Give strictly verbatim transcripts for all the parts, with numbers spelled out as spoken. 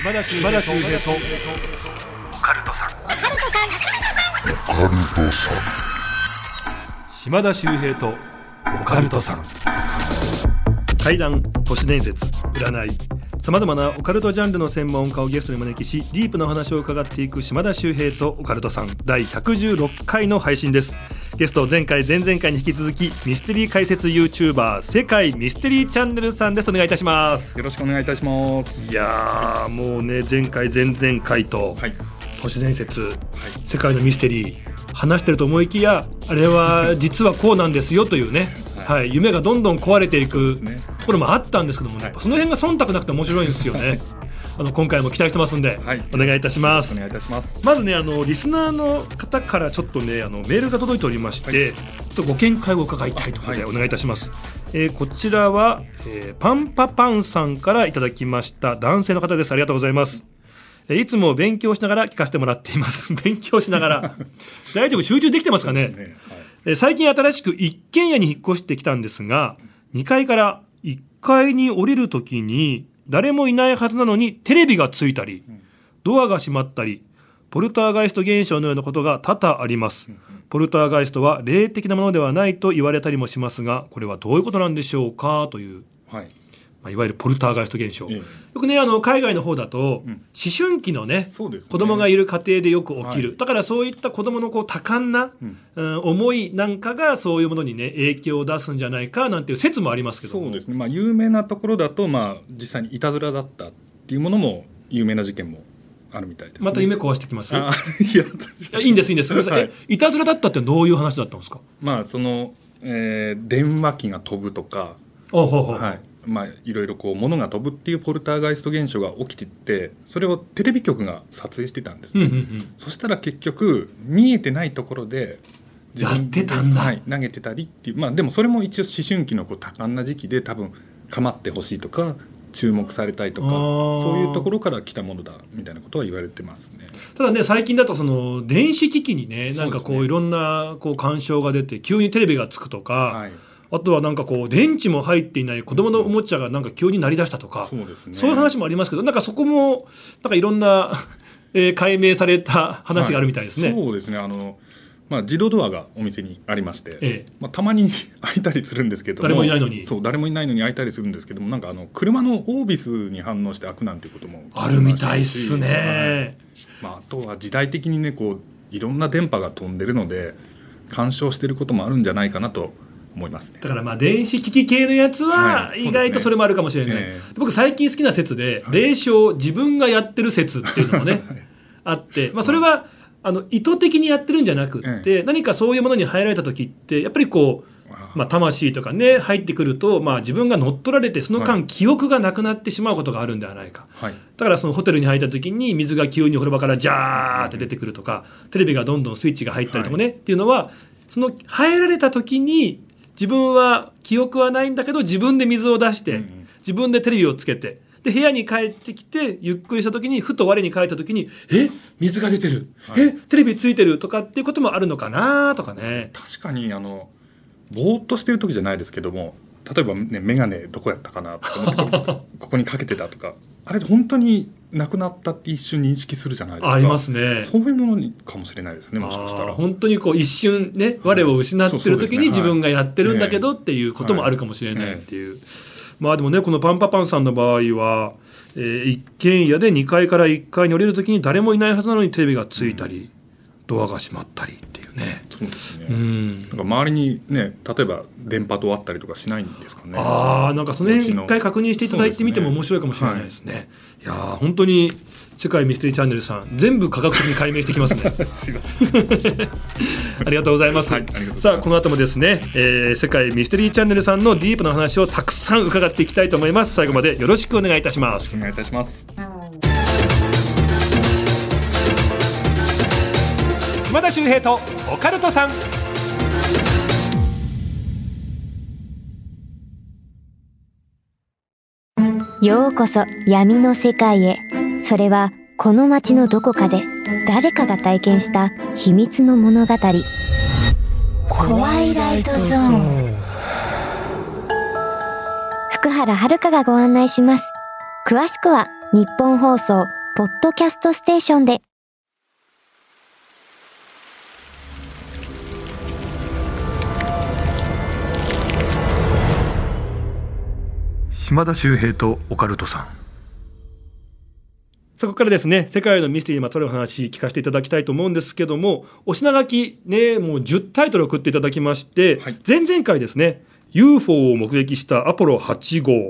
島田秀平とオカルトさん島田秀平とオカルトさん。怪談、都市伝説、占い、さまざまなオカルトジャンルの専門家をゲストに招きし、ディープなお話を伺っていく島田秀平とオカルトさんだいひゃくじゅうろっかいの配信です。ゲスト前回前々回に引き続きミステリー解説 YouTuber 世界ミステリーチャンネルさんです。お願いいたします。 よろしくお願いいたします。 いやーもうね、前回前々回と、はい、都市伝説、はい、世界のミステリー話してると思いきや、あれは実はこうなんですよというね、はいはい、夢がどんどん壊れていくところもあったんですけどもね、はい、その辺が忖度なくて面白いんですよねあの今回も期待してますんで、はい、お願いいたします。 お願いいたします。 まずね、あのリスナーの方からちょっとね、あのメールが届いておりまして、はい、ちょっとご見解を伺いたいということでお願いいたします。はい、えー、こちらは、えー、パンパパンさんからいただきました。男性の方です。ありがとうございます。いつも勉強しながら聞かせてもらっています勉強しながら大丈夫、集中できてますかね。ね、はい、最近新しく一軒家に引っ越してきたんですが、にかいからいっかいに降りるときに誰もいないはずなのにテレビがついたり、ドアが閉まったり、ポルターガイスト現象のようなことが多々あります。ポルターガイストは霊的なものではないと言われたりもしますが、これはどういうことなんでしょうかという、はい、まあ、いわゆるポルターガイスト現象、ええ、よくね、あの海外の方だと、うん、思春期の ね, ね子供がいる家庭でよく起きる、はい、だからそういった子供のこう多感な、うんうん、思いなんかがそういうものにね影響を出すんじゃないかなんていう説もありますけども。 そうですね、まあ、有名なところだと、まあ、実際にいたずらだったっていうものも有名な事件もあるみたいですね。 また夢壊してきます。 あいやいや、いいんですいいんです、はい、いたずらだったってどういう話だったんですか。 まあその、えー、電話機が飛ぶとか、 おほうほう、 はい、まあ、いろいろこう物が飛ぶっていうポルターガイスト現象が起きていて、それをテレビ局が撮影してたんですね、うんうんうん、そしたら結局見えてないところでやってたんだ、 はい、投げてたりっていう、まあ、でもそれも一応思春期のこう多感な時期で多分構ってほしいとか注目されたいとか、そういうところから来たものだみたいなことは言われてますね。 ただね、最近だとその電子機器にね、なんかこういろんなこう干渉が出て急にテレビがつくとか、はい、あとはなんかこう電池も入っていない子供のおもちゃがなんか急に鳴り出したとか、うん、そうですね、そういう話もありますけど、なんかそこもなんかいろんな、えー、解明された話があるみたいですね。 はい、そうですね、あの、まあ、自動ドアがお店にありまして、ええ、まあ、たまに開いたりするんですけども、 誰もいないのに、 そう誰もいないのに開いたりするんですけども、なんかあの車のオービスに反応して開くなんていうこともあるみたいですね。 はい、まあ、あとは時代的にね、こういろんな電波が飛んでるので干渉してることもあるんじゃないかなと思いますね。 だからまあ電子機器系のやつは意外とそれもあるかもしれない、はい、えー、僕最近好きな説で、はい、霊障自分がやってる説っていうのもね、はい、あって、まあ、それはあの意図的にやってるんじゃなくって、えー、何かそういうものに入られた時ってやっぱりこう、まあ、魂とかね入ってくると、まあ、自分が乗っ取られてその間、はい、記憶がなくなってしまうことがあるんではないか、はい、だからそのホテルに入った時に水が急にお風呂場からジャーって出てくるとか、うん、テレビがどんどんスイッチが入ったりとかね、はい、っていうのはその入られた時に自分は記憶はないんだけど自分で水を出して、うん、自分でテレビをつけて、で部屋に帰ってきてゆっくりした時にふと我に返った時にえ水が出てる、はい、えテレビついてるとかっていうこともあるのかなとかね。 確かにあのぼーっとしてる時じゃないですけども、例えばね、メガネどこやったかなと思ってここにかけてたとか、あれ本当になくなったって一瞬認識するじゃないですか。 ありますね。 そういうものかもしれないですね、もしかしたら。 本当にこう一瞬ね、我を失ってる時に自分がやってるんだけどっていうこともあるかもしれないっていう、はい、まあでもね、このパンパパンさんの場合は、えー、一軒家でにかいからいっかいに降りる時に誰もいないはずなのにテレビがついたり、うん、ドアが閉まったりっていうね。 そうですね、うん、なんか周りにね、例えば電波塔あったりとかしないんですかね。 ああ、なんかその辺一回確認していただいてみても面白いかもしれないですね。いやー、本当に世界ミステリーチャンネルさん全部科学的に解明してきますねすいませんありがとうございます、はい、さあこの後もですね、えー、世界ミステリーチャンネルさんのディープな話をたくさん伺っていきたいと思います。最後までよろしくお願いいたします。 お願いいたします。 島田秀平とオカルトさん。 ようこそ闇の世界へ。それはこの街のどこかで誰かが体験した秘密の物語。コワイライトゾーン。福原遥がご案内します。詳しくは日本放送ポッドキャストステーションで。 島田秀平とオカルトさん。そこからですね、世界のミステリーにまつわる話聞かせていただきたいと思うんですけども、お品書きね、もうじゅうタイトル送っていただきまして、はい、前々回ですね、 ユーフォー を目撃したアポロはち号、はい、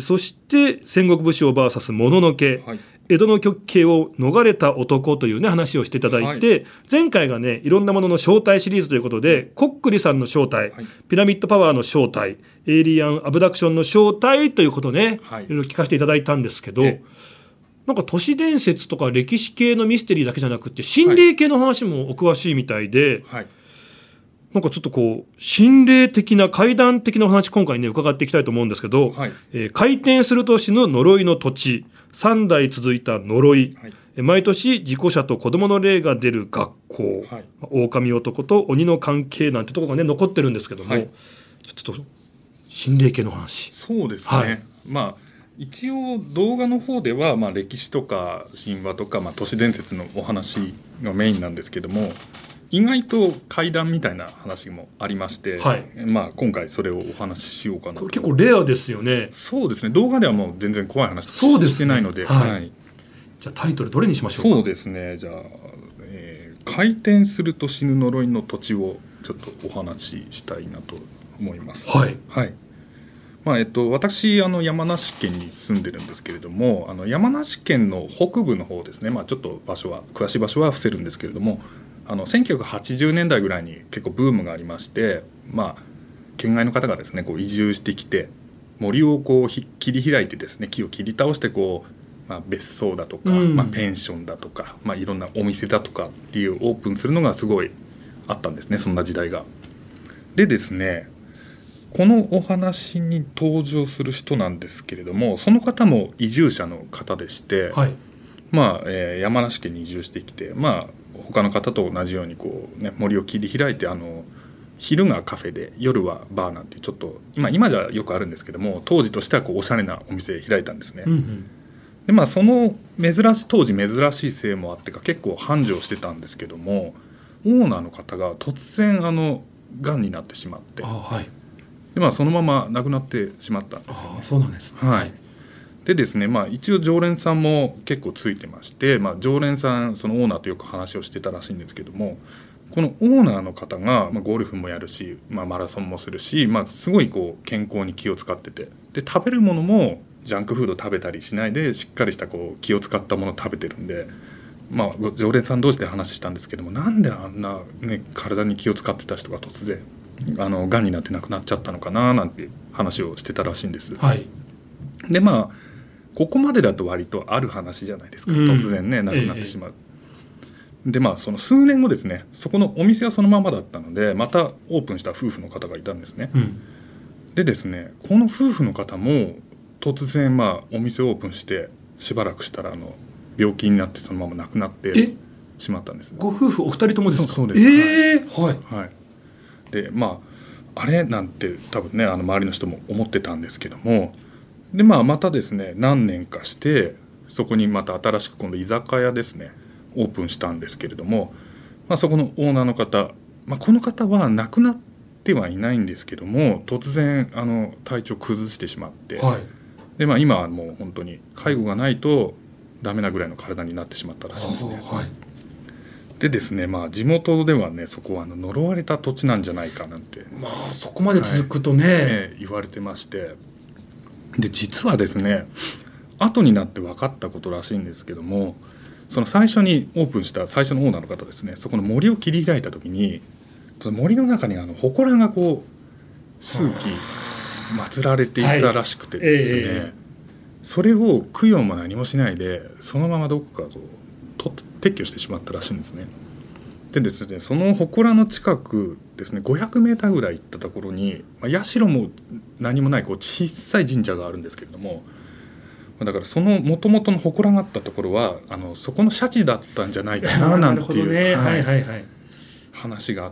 そして戦国武将 ブイエス もののけ、はい、江戸の極刑を逃れた男というね話をしていただいて、はい、前回がねいろんなものの正体シリーズということで、コックリさんの正体、はい、ピラミッドパワーの正体、エイリアンアブダクションの正体ということね、はい、いろいろ聞かせていただいたんですけど、なんか都市伝説とか歴史系のミステリーだけじゃなくて心霊系の話もお詳しいみたいで、はい、なんかちょっとこう心霊的な怪談的なお話今回ね伺っていきたいと思うんですけど、はい、えー、回転すると死ぬ呪いの土地、さん代続いた呪い、はい、毎年事故者と子供の霊が出る学校、はい、狼男と鬼の関係なんてところがね残ってるんですけども、はい、ちょっと心霊系の話。 そうですね、はい、まあ一応動画の方では、まあ、歴史とか神話とか、まあ、都市伝説のお話がメインなんですけども、意外と怪談みたいな話もありまして、はい、まあ、今回それをお話ししようかなと。 これ結構レアですよね。 そうですね、動画ではもう全然怖い話してないので、はいはい、 じゃあタイトルどれにしましょうか。 そうですね、じゃあ、えー、回転すると死ぬ呪いの土地をちょっとお話ししたいなと思います。 はい、 はい、まあえっと、私あの山梨県に住んでるんですけれども、あの山梨県の北部の方ですね、まあ、ちょっと場所は詳しい場所は伏せるんですけれども、あのせんきゅうひゃくはちじゅうねんだいぐらいに結構ブームがありまして、まあ、県外の方がですねこう移住してきて森をこうひ切り開いてですね、木を切り倒してこう、まあ、別荘だとか、うん、まあ、ペンションだとか、まあ、いろんなお店だとかっていうオープンするのがすごいあったんですね、そんな時代が。でですね、このお話に登場する人なんですけれども、その方も移住者の方でして、はい、まあえー、山梨県に移住してきて、まあ、他の方と同じようにこう、ね、森を切り開いて、あの昼がカフェで夜はバーなんていうちょっと 今, 今じゃよくあるんですけども、当時としてはこうおしゃれなお店開いたんですね、うんうん、でまあ、その珍し当時珍しいせいもあってか結構繁盛してたんですけども、オーナーの方が突然あのがんになってしまって、あ、はい、でまあ、そのまま亡くなってしまったんですよね。 あ、そうなんですね。 はい、でですね、まあ、一応常連さんも結構ついてまして、まあ、常連さんそのオーナーとよく話をしてたらしいんですけども、このオーナーの方が、まあ、ゴルフもやるし、まあ、マラソンもするし、まあ、すごいこう健康に気を使ってて、で食べるものもジャンクフード食べたりしないでしっかりしたこう気を使ったものを食べてるんで、まあ、常連さん同士で話したんですけども、なんであんな、ね、体に気を使ってた人が突然あのがんになって亡くなっちゃったのかななんて話をしてたらしいんです、はい、でまあここまでだと割とある話じゃないですか、うん、突然ね亡くなってしまう、ええ、でまあその数年後ですね、そこのお店はそのままだったのでまたオープンした夫婦の方がいたんですね、うん、でですね、この夫婦の方も突然まあお店をオープンしてしばらくしたらあの病気になってそのまま亡くなってしまったんです。 ご夫婦お二人ともですか。 そうです、 えー、はい、 はい、でまああれなんて多分ねあの周りの人も思ってたんですけども、で、まあ、またですね何年かしてそこにまた新しく今度居酒屋ですねオープンしたんですけれども、まあ、そこのオーナーの方、まあ、この方は亡くなってはいないんですけども突然あの体調崩してしまって、はい、でまあ、今はもう本当に介護がないとダメなぐらいの体になってしまったらしいんですね、はい、でですね、まあ、地元ではねそこはあの呪われた土地なんじゃないかなんて、 まあ、そこまで続くとね、 はいね、言われてまして、で実はですね後になって分かったことらしいんですけども、その最初にオープンした最初のオーナーの方ですね、そこの森を切り開いた時にその森の中にあの祠がこう数基祀られていたらしくてですね、はい、えー、それを供養も何もしないでそのままどこかこうと撤去してしまったらしいんですね。でですね、その祠の近くですねごひゃくメーターぐらい行ったところに、まあ、社も何もないこう小さい神社があるんですけれども、だからその元々の祠があったところはあのそこの社地だったんじゃないかななんていう、ね、はいはいはい、話があって、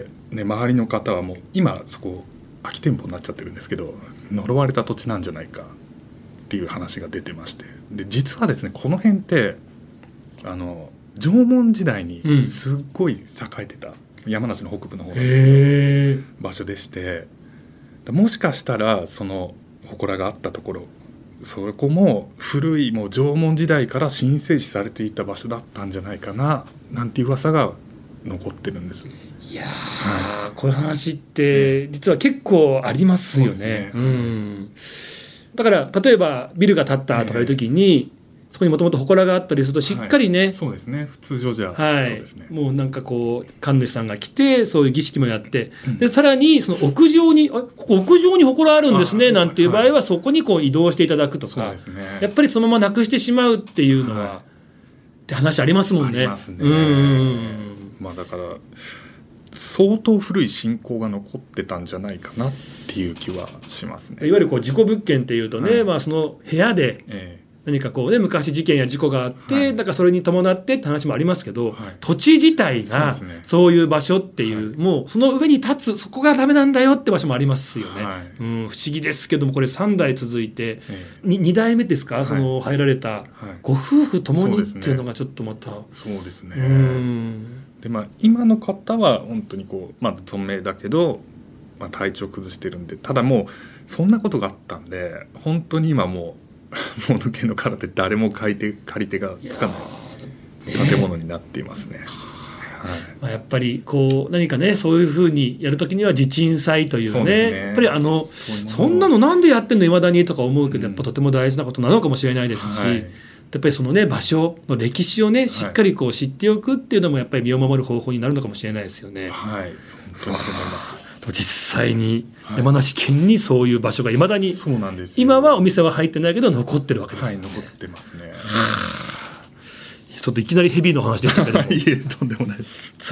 ね、周りの方はもう今そこ空き店舗になっちゃってるんですけど呪われた土地なんじゃないかっていう話が出てまして、で実はですねこの辺ってあの縄文時代にすっごい栄えてた、うん、山梨の北部の方なんですけど場所でして、もしかしたらその祠があったところ、そこも古いもう縄文時代から神聖視されていた場所だったんじゃないかななんていう噂が残ってるんです。 いや、はい、こういう話って実は結構ありますよね。うん、だから例えばビルが建ったとかいう時に、えー、そこにもともと祠があったりするとしっかりね、 はい、そうですね、普通上じゃ、 はい、 そうですね、 もうなんかこう神主さんが来てそういう儀式もやって、うん、でさらにその屋上にあここ屋上に祠あるんですねなんていう場合はそこにこう移動していただくとか、はい、ね、やっぱりそのままなくしてしまうっていうのは、はい、って話ありますもんね。 ありますね。うん、まあ、だから相当古い信仰が残ってたんじゃないかなっていう気はしますね。 いわゆるこう事故物件っていうとね、はい、まあ、その部屋で何かこう、ね、昔事件や事故があって、はい、だからそれに伴ってって話もありますけど、はい、土地自体がそういう場所っていう、はい、もうその上に立つそこがダメなんだよって場所もありますよね。はい、うん、不思議ですけどもこれさんだい続いて、えー、にだいめですか、はい、その入られたご夫婦ともにっていうのがちょっとまたそうですね。うん、でまあ、今の方は本当にこう、まあ、存命だけど、まあ、体調崩してるんで、ただもうそんなことがあったんで本当に今もうもぬけの殻って誰も買い手借り手がつかない建物になっていますね。はい、 まあ、やっぱりこう何かねそういうふうにやるときには地鎮祭という ね, うねやっぱりあの そ, そんなのなんでやってんのいまだにとか思うけど、やっぱとても大事なことなのかもしれないですし、はい、やっぱりそのね場所の歴史をねしっかりこう知っておくっていうのもやっぱり身を守る方法になるのかもしれないですよね。 はい、本当にそう思います。 実際に山梨県にそういう場所がいまだに、 そうなんですよ。 今はお店は入ってないけど残ってるわけですよね。 はい、残ってますね。 ちょっといきなりヘビーの話でしたけどいえとんでもないです。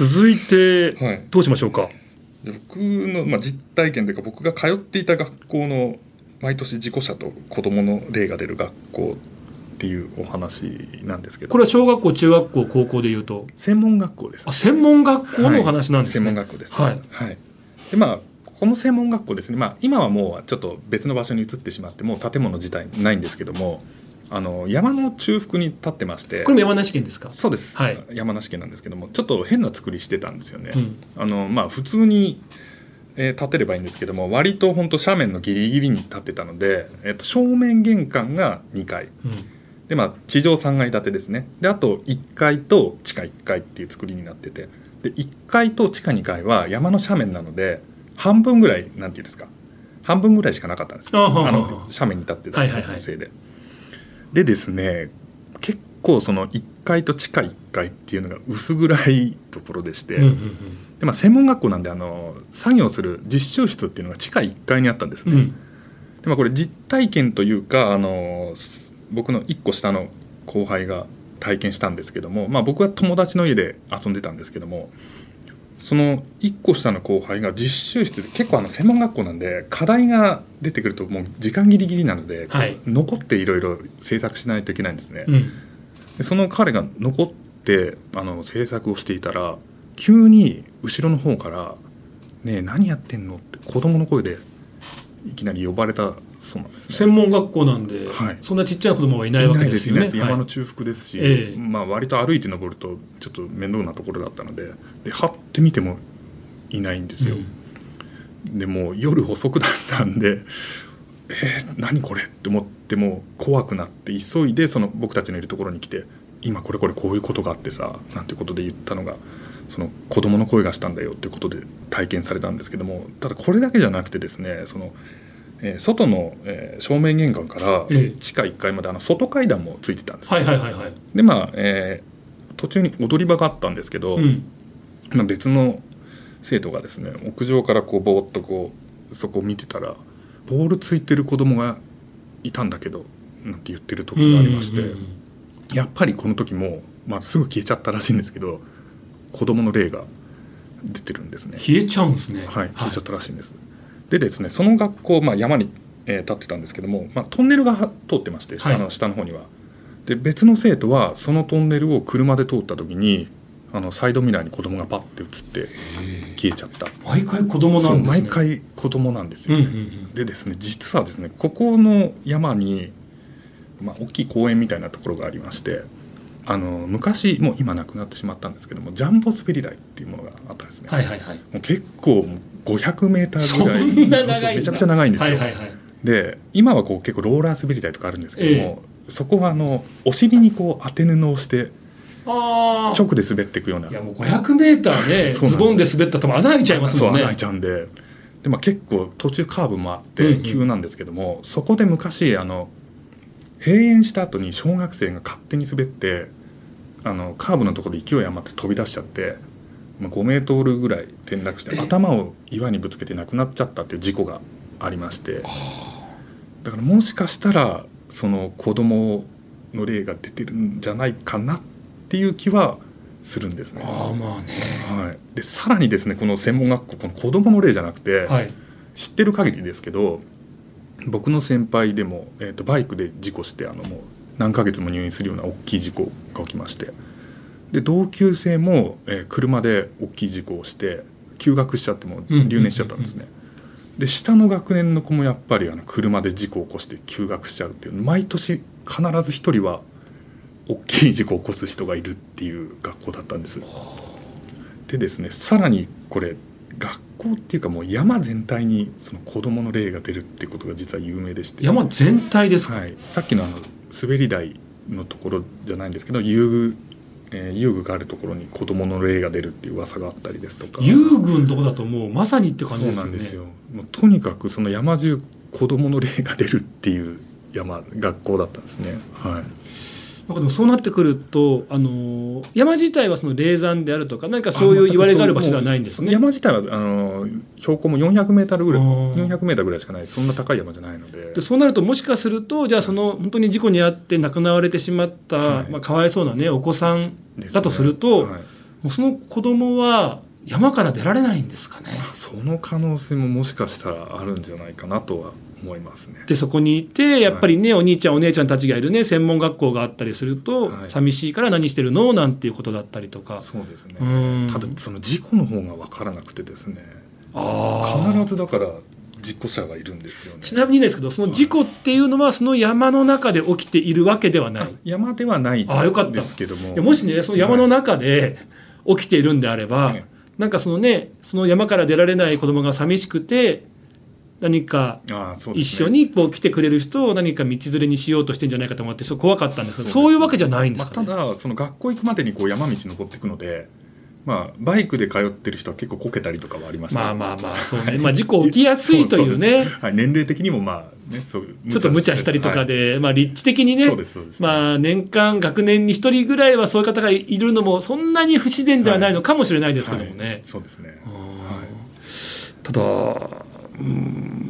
続いてどうしましょうか。はい、 僕の、まあ、実体験というか僕が通っていた学校の毎年事故者と子どもの霊が出る学校っていうお話なんですけど、 これは小学校中学校高校でいうと専門学校です、ね、 あ専門学校のお話なんですね。 はい、専門学校です、 はい、 はい、でまあこの専門学校ですね、まあ、今はもうちょっと別の場所に移ってしまってもう建物自体ないんですけども、あの山の中腹に立ってまして、 これも山梨県ですか。 そうです、はい、山梨県なんですけどもちょっと変な作りしてたんですよね。うん、あのまあ、普通に、えー、建てればいいんですけども割と本当斜面のギリギリに建ってたので、えー、と正面玄関がにかい、うん、で、まあ、地上さんがい建てですね。であといっかいと地下いっかいっていう作りになってて、でいっかいと地下にかいは山の斜面なので半分ぐらいなんていうんですか半分ぐらいしかなかったんですよ。あの斜面に立ってたせいで、はいはいはい、でですね結構そのいっかいと地下いっかいっていうのが薄暗いところでして、うんうんうん、でまあ、専門学校なんであの作業する実習室っていうのが地下いっかいにあったんですね。うん、でまあ、これ実体験というかあの僕のいっこ下の後輩が体験したんですけども、まあ、僕は友達の家で遊んでたんですけども、そのいっこ下の後輩が実習室で結構あの専門学校なんで課題が出てくるともう時間ギリギリなので、はい、残っていろいろ制作しないといけないんですね。うん、でその彼が残ってあの制作をしていたら急に後ろの方から「ねえ何やってんの?」って子供の声でいきなり呼ばれたそうなんですね。 専門学校なんで、はい、そんなちっちゃな子供はいないわけですよね。いないです、いないです。山の中腹ですし、はい、まあ、割と歩いて登るとちょっと面倒なところだったので、ではって見てもいないんですよ。うん、でもう夜遅くだったんでえー、何これって思っても怖くなって急いでその僕たちのいるところに来て、今これこれこういうことがあってさなんてことで言ったのがその子供の声がしたんだよっていうことで体験されたんですけども、ただこれだけじゃなくてですね、そのえー、外の、えー、正面玄関から地下いっかいまであの外階段もついてたんです、ね。はいはいはいはい、でまあ、えー、途中に踊り場があったんですけど、うん、まあ、別の生徒がですね屋上からこうぼーっとこうそこを見てたらボールついてる子供がいたんだけどなんて言ってる時がありまして、うんうんうん、やっぱりこの時も、まあ、すぐ消えちゃったらしいんですけど子供の霊が出てるんですね。 消えちゃうんですね。 はい、消えちゃったらしいんです。はい、でですね、その学校、まあ、山に、えー、立ってたんですけども、まあ、トンネルが通ってまして、はい、あの下の方にはで別の生徒はそのトンネルを車で通った時にあのサイドミラーに子供がパッて映って消えちゃった。 毎回子供なんですね。 毎回子供なんですよ、ね。うんうんうん、でですね実はですねここの山にまあ、大きい公園みたいなところがありまして、あの昔もう今なくなってしまったんですけどもジャンボ滑り台っていうものがあったんですね、 はいはいはい、 もう結構ごひゃくメーターぐらい、 そんな長いんだ、 めちゃくちゃ長いんですよ、 はいはいはい、 で今はこう結構ローラー滑り台とかあるんですけども、えー、そこはあのお尻にこう当て布をしてあ直で滑っていくような、 いやもうごひゃくメーターねズボンで滑ったら多分穴開いちゃいますもんね。 そう穴開いちゃうんで、で、まあ、結構途中カーブもあって急なんですけども、うんうん、そこで昔あの閉園した後に小学生が勝手に滑ってあのカーブのところで勢い余って飛び出しちゃって、まあ、ごメートルぐらい転落して頭を岩にぶつけて亡くなっちゃったっていう事故がありまして、だからもしかしたらその子供の例が出てるんじゃないかなっていう気はするんですね。 あまあね、 はい、でさらにですねこの専門学校この子供の例じゃなくて、はい、知ってる限りですけど僕の先輩でも、えーと、バイクで事故してあのもう何ヶ月も入院するような大きい事故が起きまして、で同級生も、えー、車で大きい事故をして休学しちゃってもう留年しちゃったんですね、うんうんうんうん、で下の学年の子もやっぱりあの車で事故を起こして休学しちゃうっていう、毎年必ず一人は大きい事故を起こす人がいるっていう学校だったんです。でですね、さらにこれ学校っていうかもう山全体にその子どもの例が出るっていうことが実は有名でして。 山全体ですか？ はい、さっきのあの滑り台のところじゃないんですけど、遊具、えー、遊具があるところに子どもの例が出るっていう噂があったりですとか。 遊具のところだともうまさにって感じですよね。 そうなんですよ。もうとにかくその山中子どもの例が出るっていう山学校だったんですね。はい。 なんかでもそうなってくると、あの山自体はその霊山であるとか何かそういう言われがある場所ではないんですね。 山自体はあの標高もよんひゃくメートルぐらいよんひゃくメートルぐらいしかない、そんな高い山じゃないの で, でそうなるともしかするとじゃあその本当に事故に遭って亡くなられてしまった、はいまあ、かわいそうな、ね、お子さんだとすると、ねはい、もうその子供は山から出られないんですかね。 その可能性ももしかしたらあるんじゃないかなとは思いますね。 でそこにいてやっぱりね、はい、お兄ちゃんお姉ちゃんたちがいるね専門学校があったりすると、はい、寂しいから何してるのなんていうことだったりとか。 そうですね。ただその事故の方が分からなくてですね、あ必ずだから事故者がいるんですよね。 ちなみにですけどその事故っていうのはその山の中で起きているわけではない。 山ではないんですけども、 いやもしねその山の中で起きているんであれば、はい、なんかそのねその山から出られない子供が寂しくて何か一緒にこう来てくれる人を何か道連れにしようとしてんじゃないかと思ってそう怖かったんですけど、 そう、そういうわけじゃないんですかね。 まあ、ただその学校行くまでにこう山道登っていくので、まあ、バイクで通ってる人は結構こけたりとかはありました。 まあまあまあそうね、まあ、事故起きやすいというねはい、年齢的にもまあ、ね、そうちょっと無茶したりとかで、はいまあ、立地的にね、まあ、年間学年にひとりぐらいはそういう方がいるのもそんなに不自然ではないのかもしれないですけどもね、 はいはい、そうですね、はい、 ただ、うん、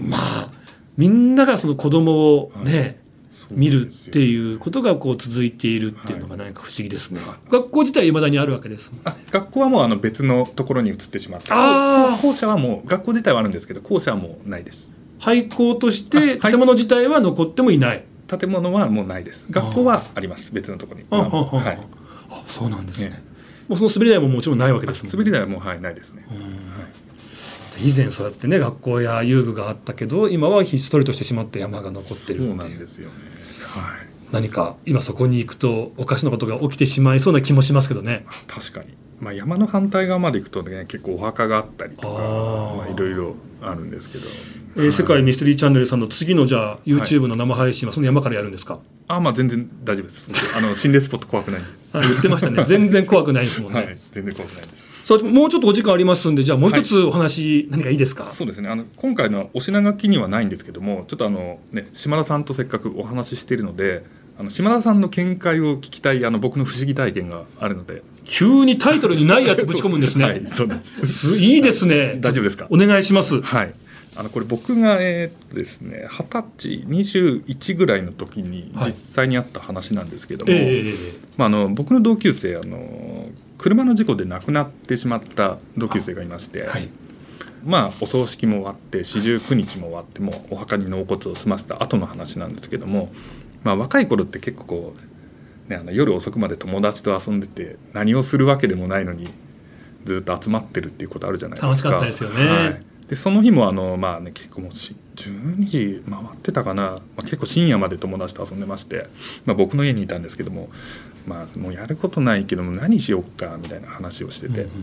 まあみんながその子供をね、はい見るっていうことがこう続いているっていうのが何か不思議ですね、はい、学校自体未だにあるわけですもんね。 あ学校はもうあの別のところに移ってしまったあ校舎はもう学校自体はあるんですけど校舎はもうないです。 廃校として建物自体は残ってもいない。 建物はもうないです。学校はあります別のところに。あ、はい、 あそうなんですね、ねもうその滑り台ももちろんないわけですもんね。 滑り台はもう、はい、ないですね、はい以前そうやってね学校や遊具があったけど今はひっそりとしてしまって山が残ってるっていう。 そうなんですよね、はい、 何か今そこに行くとおかしなことが起きてしまいそうな気もしますけどね。 確かに、まあ、山の反対側まで行くと、ね、結構お墓があったりとかまあいろいろあるんですけど、 えーはい、世界ミステリーチャンネルさんの次のじゃあ YouTube の生配信はその山からやるんですか？はい、 あまあ全然大丈夫ですあの心霊スポット怖くないんで言ってましたね全然怖くないですもんね、 はい、全然怖くないです。 そうもうちょっとお時間ありますんでじゃあもう一つお話、はい、何かいいですか？ そうですねあの今回のお品書きにはないんですけどもちょっとあの、ね、島田さんとせっかくお話ししているのであの島田さんの見解を聞きたいあの僕の不思議体験があるので。 急にタイトルにないやつぶち込むんですねはいそうなんですいいですね大丈夫ですか？ お願いします。 はいあのこれ僕がえーっとですねはたちにじゅういちぐらいの時に実際にあった話なんですけども、はいえーまあ、あの僕の同級生あの車の事故で亡くなってしまった同級生がいまして、はい、まあお葬式も終わって四十九日も終わってもうお墓に納骨を済ませた後の話なんですけども、まあ、若い頃って結構こう、ね、あの夜遅くまで友達と遊んでて何をするわけでもないのにずっと集まってるっていうことあるじゃないですか。 楽しかったですよね、 はいでその日もあの、まあね、結構もうじゅうにじ回ってたかな、まあ、結構深夜まで友達と遊んでまして、まあ、僕の家にいたんですけども、まあ、もうやることないけども何しようかみたいな話をしてて、うんうん、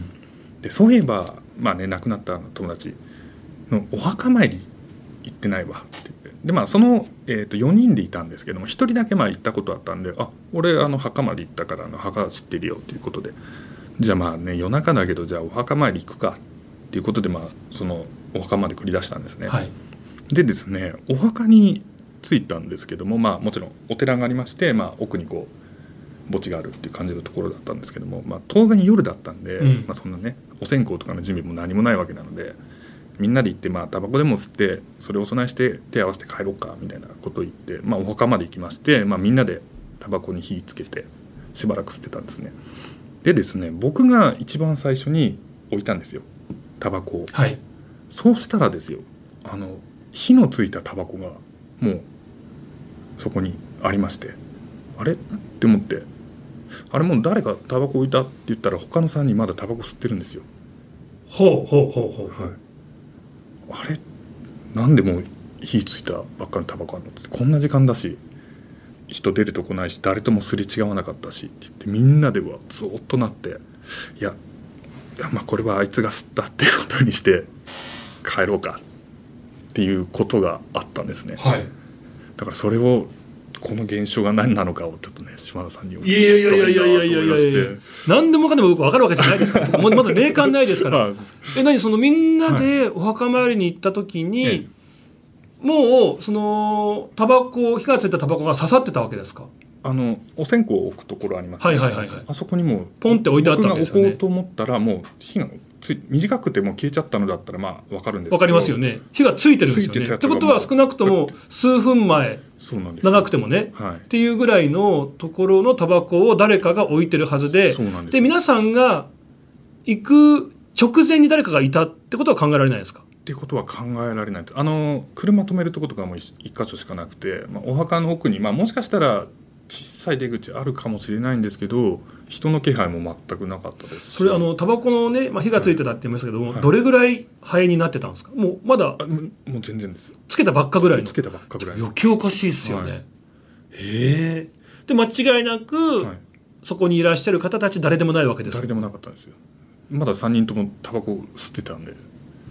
でそういえば、まあね、亡くなった友達のお墓参り行ってないわって言って、で、まあ、その、えー、とよにんでいたんですけどもひとりだけまあ行ったことあったんで、あ俺あの墓まで行ったからあの墓知ってるよっていうことで、じゃあまあね夜中だけどじゃあお墓参り行くかっていうことで、まあ、そのお墓まで繰り出したんですね、はい、でですねお墓に着いたんですけども、まあ、もちろんお寺がありまして、まあ、奥にこう墓地があるっていう感じのところだったんですけども、まあ、当然夜だったんで、うんまあ、そんなねお線香とかの準備も何もないわけなので、みんなで行ってまあタバコでも吸ってそれをお供えして手合わせて帰ろうかみたいなことを言って、まあ、お墓まで行きまして、まあ、みんなでタバコに火つけてしばらく吸ってたんですね。でですね僕が一番最初に置いたんですよタバコを、はい、そうしたらですよあの火のついたタバコがもうそこにありまして、あれって思って、あれもう誰かタバコ置いたって言ったら他のさんにんまだタバコ吸ってるんですよ。 ほうほうほうほうほう、 はい、あれなんでもう火ついたばっかりのタバコあるのって、こんな時間だし人出るとこないし誰ともすれ違わなかったしって言ってみんなではずっとなって、いや、いやまあこれはあいつが吸ったっていうことにして帰ろうかっていうことがあったんですね、はい、だからそれをこの現象が何なのかをちょっとね島田さんにお聞きしたいなと思いまして、 何でもかんでも僕分かるわけじゃないですからまだ霊感ないですからえ何そのみんなでお墓参りに行った時に、はい、もうそのタバコ火がついたタバコが刺さってたわけですか？ あのお線香を置くところありますね、はいはいはいはい、あそこにもうポンって置いてあったわけですよね。 僕が置こうと思ったらもう火がつい短くても消えちゃったのだったらまあ分かるんですけど、 分かりますよね。火がついてるんですよね。ってことは少なくとも数分前そうなんです長くてもね、はい、っていうぐらいのところのタバコを誰かが置いてるはず で, そうなんですで皆さんが行く直前に誰かがいたってことは考えられないですか？ ってことは考えられないです。あの車止めるとことかも一箇所しかなくて、まあ、お墓の奥に、まあ、もしかしたら小さい出口あるかもしれないんですけど人の気配も全くなかったですし、 それあのタバコのね、まあ、火がついてたって言いましたけども、はい、どれぐらい灰になってたんですか？もうまだもう全然ですよ。 つけたばっかぐらいのつけたばっかぐらいの余計おかしいですよね、はい、へえ。で間違いなく、はい、そこにいらっしゃる方たち誰でもないわけです。 誰でもなかったんですよ。まださんにんともタバコ吸ってたんで。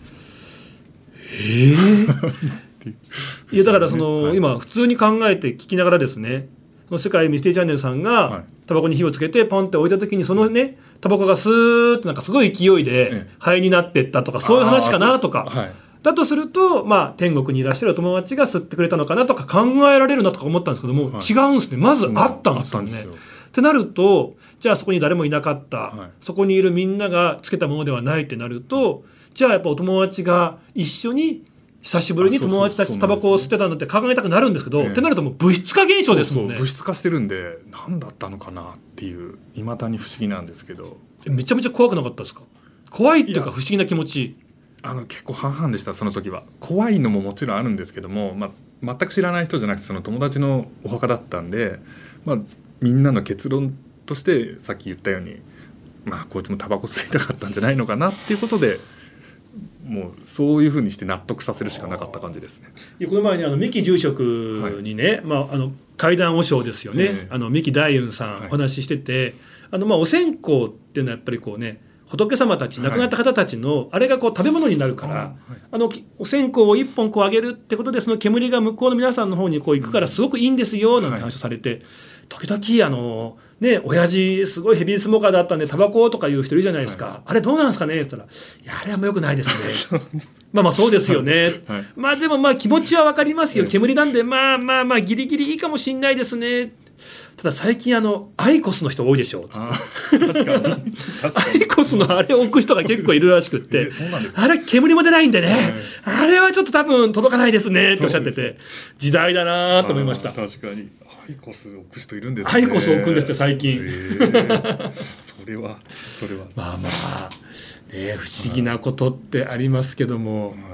へえいやだからその、はい、今普通に考えて聞きながらですね、世界ミステリーチャンネルさんがタバコに火をつけてポンって置いた時にそのねタバコがスーッとなんかすごい勢いで灰になってったとかそういう話かなとか、はい、だとするとまあ天国にいらっしゃるお友達が吸ってくれたのかなとか考えられるなとか思ったんですけども、はい、違うんですね。まずあったんですよね、うん、ってなるとじゃあそこに誰もいなかった、はい、そこにいるみんながつけたものではないってなると、じゃあやっぱお友達が一緒に久しぶりに友達たちとタバコを吸ってたんだって考えたくなるんですけど、ええってなるともう物質化現象ですもんね。 そうそう物質化してるんで何だったのかなっていう未だに不思議なんですけど。 めちゃめちゃ怖くなかったですか？怖いっていうか不思議な気持ち。 あの結構半々でした。その時は怖いのももちろんあるんですけども、まあ、全く知らない人じゃなくてその友達のお墓だったんで、まあ、みんなの結論としてさっき言ったように、まあ、こいつもタバコ吸いたかったんじゃないのかなっていうことでもうそういう風にして納得させるしかなかった感じですね。 いやこの前にあの三木住職にね、はいまあ、あの怪談和尚ですよね、えー、あの三木大雲さん、はい、お話ししてて、あのまあお線香っていうのはやっぱりこうね仏様たち亡くなった方たちのあれがこう食べ物になるから、はい、あのお線香を一本こうあげるってことでその煙が向こうの皆さんの方にこう行くからすごくいいんですよなんて話をされて、はい、時々あのね親父すごいヘビースモーカーだったんでタバコとか言う人いるじゃないですか、はい、あれどうなんですかねって言ったらいやあれはもう良くないですねまあまあそうですよね、はい、まあでもまあ気持ちは分かりますよ、煙なんでまあまあまあギリギリいいかもしんないですね。ただ最近あのアイコスの人多いでしょ。 あ確かに確かにアイコスのあれを置く人が結構いるらしくって、えー、そうなんですか。あれ煙も出ないんでね、えー、あれはちょっと多分届かないですねっておっしゃってて時代だなと思いました。 確かにアイコス置く人いるんですね。 アイコス置くんですって最近、 えー、それはそれはまあまあ、ね、不思議なことってありますけども、はい、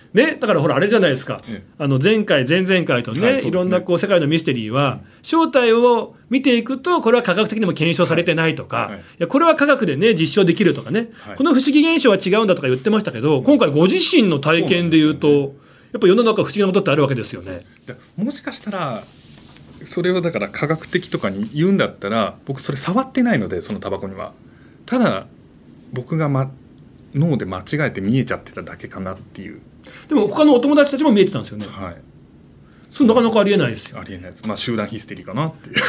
ね、だからほらあれじゃないですか、 ええ、 あの前回前々回とね、はい、いろんなこう世界のミステリーは正体を見ていくとこれは科学的にも検証されてないとか、はいはい、いやこれは科学でね実証できるとかね、はい、この不思議現象は違うんだとか言ってましたけど、今回ご自身の体験で言うとやっぱ世の中不思議なことってあるわけですよね。 もしかしたらそれをだから科学的とかに言うんだったら、僕それ触ってないので、そのタバコにはただ僕が、ま、脳で間違えて見えちゃってただけかなっていう。 でも他のお友達たちも見えてたんですよね。 はい、 それなかなかありえないですよ。 ありえないです。まあ集団ヒステリーかなっていう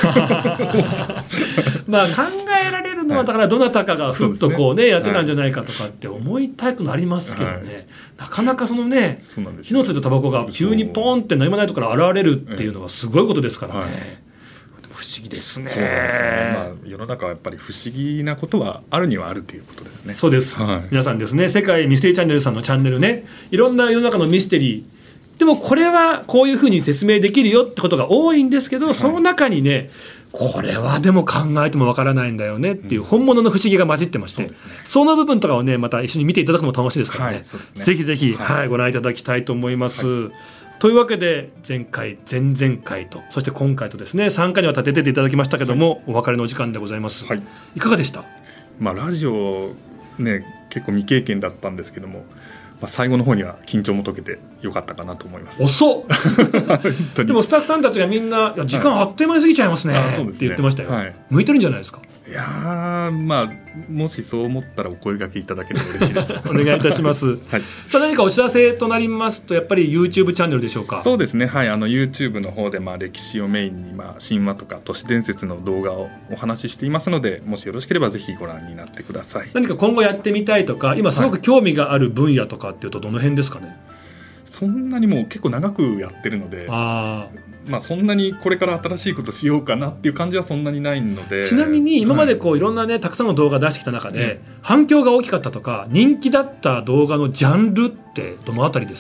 まあ考えられるのはだからどなたかがふっとこうね、はい、やってたんじゃないかとかって思いたくなりますけどね、はい、なかなかそのね火のついたタバコが急にポンって何もないところから現れるっていうのはすごいことですからね、はい、不思議ですね。 そうですね、まあ、世の中はやっぱり不思議なことはあるにはあるということですね。 そうです、 はい、 皆さんですね、世界ミステリーチャンネルさんのチャンネルね、いろんな世の中のミステリーでもこれはこういうふうに説明できるよってことが多いんですけど、はい、その中にねこれはでも考えてもわからないんだよねっていう本物の不思議が混じってまして、うん そ, ね、その部分とかをねまた一緒に見ていただくのも楽しいですからね、はい、そうですね、ぜひぜひ、はいはい、ご覧いただきたいと思います、はい、というわけで前回前々回とそして今回とですねさんかいにわたって出ていただきましたけども、はい、お別れのお時間でございます、はい、いかがでした？ まあ、ラジオね結構未経験だったんですけども、まあ、最後の方には緊張も解けてよかったかなと思います。 遅っでもスタッフさんたちがみんないや時間あっという間に過ぎちゃいますね、はい、って言ってましたよ、はい、向いてるんじゃないですか？ いやまあもしそう思ったらお声掛けいただければ嬉しいですお願いいたします、はい、さあ何かお知らせとなりますとやっぱり YouTube チャンネルでしょうか？ そうですね、はい、あの YouTube の方でまあ歴史をメインにまあ神話とか都市伝説の動画をお話ししていますので、もしよろしければぜひご覧になってください。 何か今後やってみたいとか今すごく興味がある分野とかっていうとどの辺ですかね？ そんなにもう結構長くやってるので、あ、まあ、そんなにこれから新しいことしようかなっていう感じはそんなにないので。 ちなみに今までこういろんなねたくさんの動画出してきた中で、はい、反響が大きかったとか人気だった動画のジャンルってどのあたりです？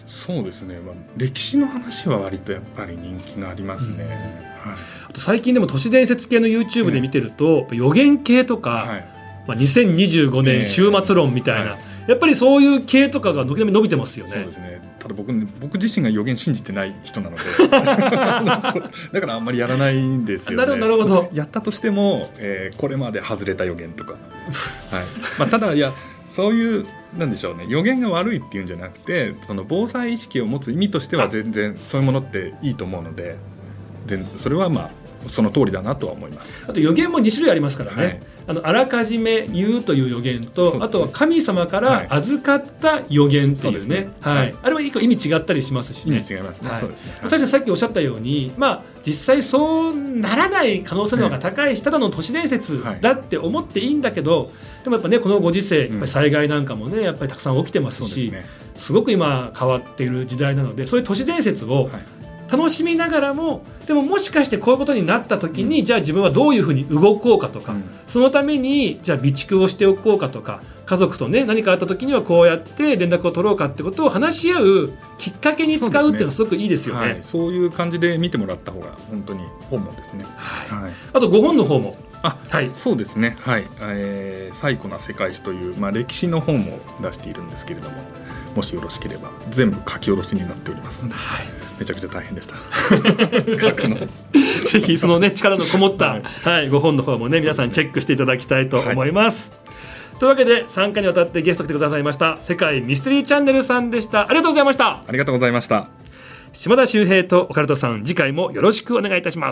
そうですね、まあ、歴史の話は割とやっぱり人気がありますね、はい、 あと最近でも都市伝説系の YouTube で見てると、ね、予言系とか、はい、まあ、にせんにじゅうごねん終末論みたいな、えーはい、やっぱりそういう系とかが軒並み伸びてますよね。 そうですね、ただ 僕, 僕自身が予言信じてない人なのでだからあんまりやらないんですよね。 なるほど。 やったとしても、えー、これまで外れた予言とか、はい、まあ、ただいやそういうなんでしょうね、予言が悪いっていうんじゃなくて、その防災意識を持つ意味としては全然そういうものっていいと思うので、それはまあその通りだなとは思います。 あと予言もに種類ありますからね、はい、あのあらかじめ言うという予言と、ね、あとは神様から預かった予言っていうね、はいはい、あれは一個意味違ったりしますしね。 意味違いますね、はい、そうですね、 確かにさっきおっしゃったように、まあ、実際そうならない可能性の方が高いただの都市伝説だって思っていいんだけど、でもやっぱねこのご時世やっぱり災害なんかもねやっぱりたくさん起きてますし、うん、 すね、すごく今変わっている時代なので、そういう都市伝説を、はい、楽しみながらもでももしかしてこういうことになった時に、うん、じゃあ自分はどういうふうに動こうかとか、うん、そのためにじゃあ備蓄をしておこうかとか、家族とね何かあった時にはこうやって連絡を取ろうかってことを話し合うきっかけに使うっていうのはすごくいいですよね。 そうですね、はい、そういう感じで見てもらった方が本当に本望ですね、 はいはい、あとご本の方もあ、はい、そうですね、はい、えー、最古な世界史という、まあ、歴史の本も出しているんですけれども、もしよろしければ全部書き下ろしになっておりますので、はい、めちゃくちゃ大変でした書くのぜひその、ね、力のこもった、はいはい、ご本の方もね皆さんチェックしていただきたいと思います、はい、というわけでさんかいにわたってゲスト来てくださいました世界ミステリーチャンネルさんでした。ありがとうございました。 ありがとうございました。 島田秀平とオカルトさん、次回もよろしくお願いいたします。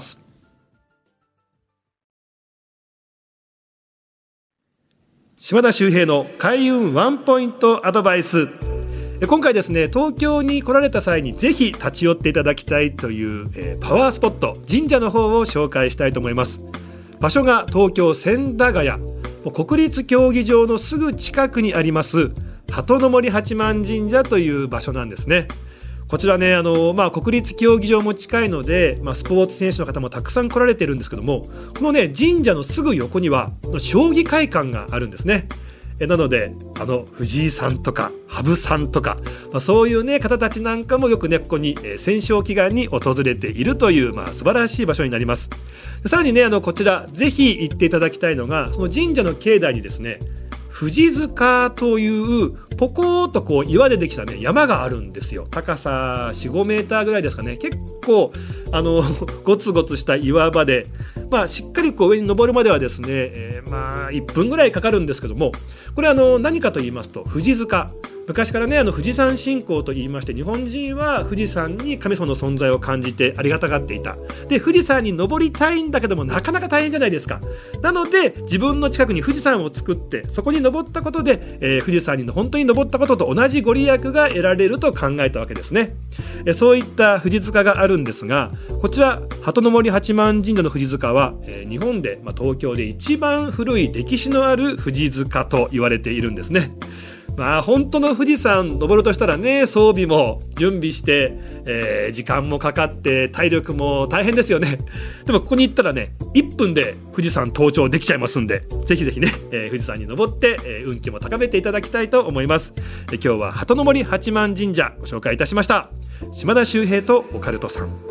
島田秀平の開運ワンポイントアドバイス。今回ですね東京に来られた際にぜひ立ち寄っていただきたいという、えー、パワースポット神社の方を紹介したいと思います。場所が東京千駄ヶ谷国立競技場のすぐ近くにあります鳩の森八幡神社という場所なんですね。こちらねあの、まあ、国立競技場も近いので、まあ、スポーツ選手の方もたくさん来られてるんですけども、このね神社のすぐ横には将棋会館があるんですね。えなのであの藤井さんとか羽生さんとか、まあ、そういう、ね、方たちなんかもよくねここに、えー、戦勝祈願に訪れているという、まあ、素晴らしい場所になります。さらにねあのこちらぜひ行っていただきたいのが、その神社の境内にですね富士塚というポコーっとこう岩でできた、ね、山があるんですよ。高さ よん、ごメーターぐらいですかね。結構あのゴツゴツした岩場で、まあ、しっかりこう上に登るまではですね、えー、まあいっぷんぐらいかかるんですけども、これあの何かと言いますと、富士塚、昔からねあの富士山信仰と言いまして、日本人は富士山に神様の存在を感じてありがたがっていた。で富士山に登りたいんだけどもなかなか大変じゃないですか。なので自分の近くに富士山を作って、そこに登ったことで、えー、富士山に本当に登ったことと同じご利益が得られると考えたわけですね。えー、そういった富士塚があるんですが、こちら鳩の森八幡神社の富士塚は、えー、日本で、まあ、東京で一番古い歴史のある富士塚と言われているんですね。まあ、本当の富士山登るとしたらね、装備も準備して、えー、時間もかかって体力も大変ですよね。でもここに行ったらね、いっぷんで富士山登頂できちゃいますんで、ぜひぜひね、えー、富士山に登って、えー、運気も高めていただきたいと思います。えー、今日は鳩の森八幡神社ご紹介いたしました。島田秀平とオカルトさん。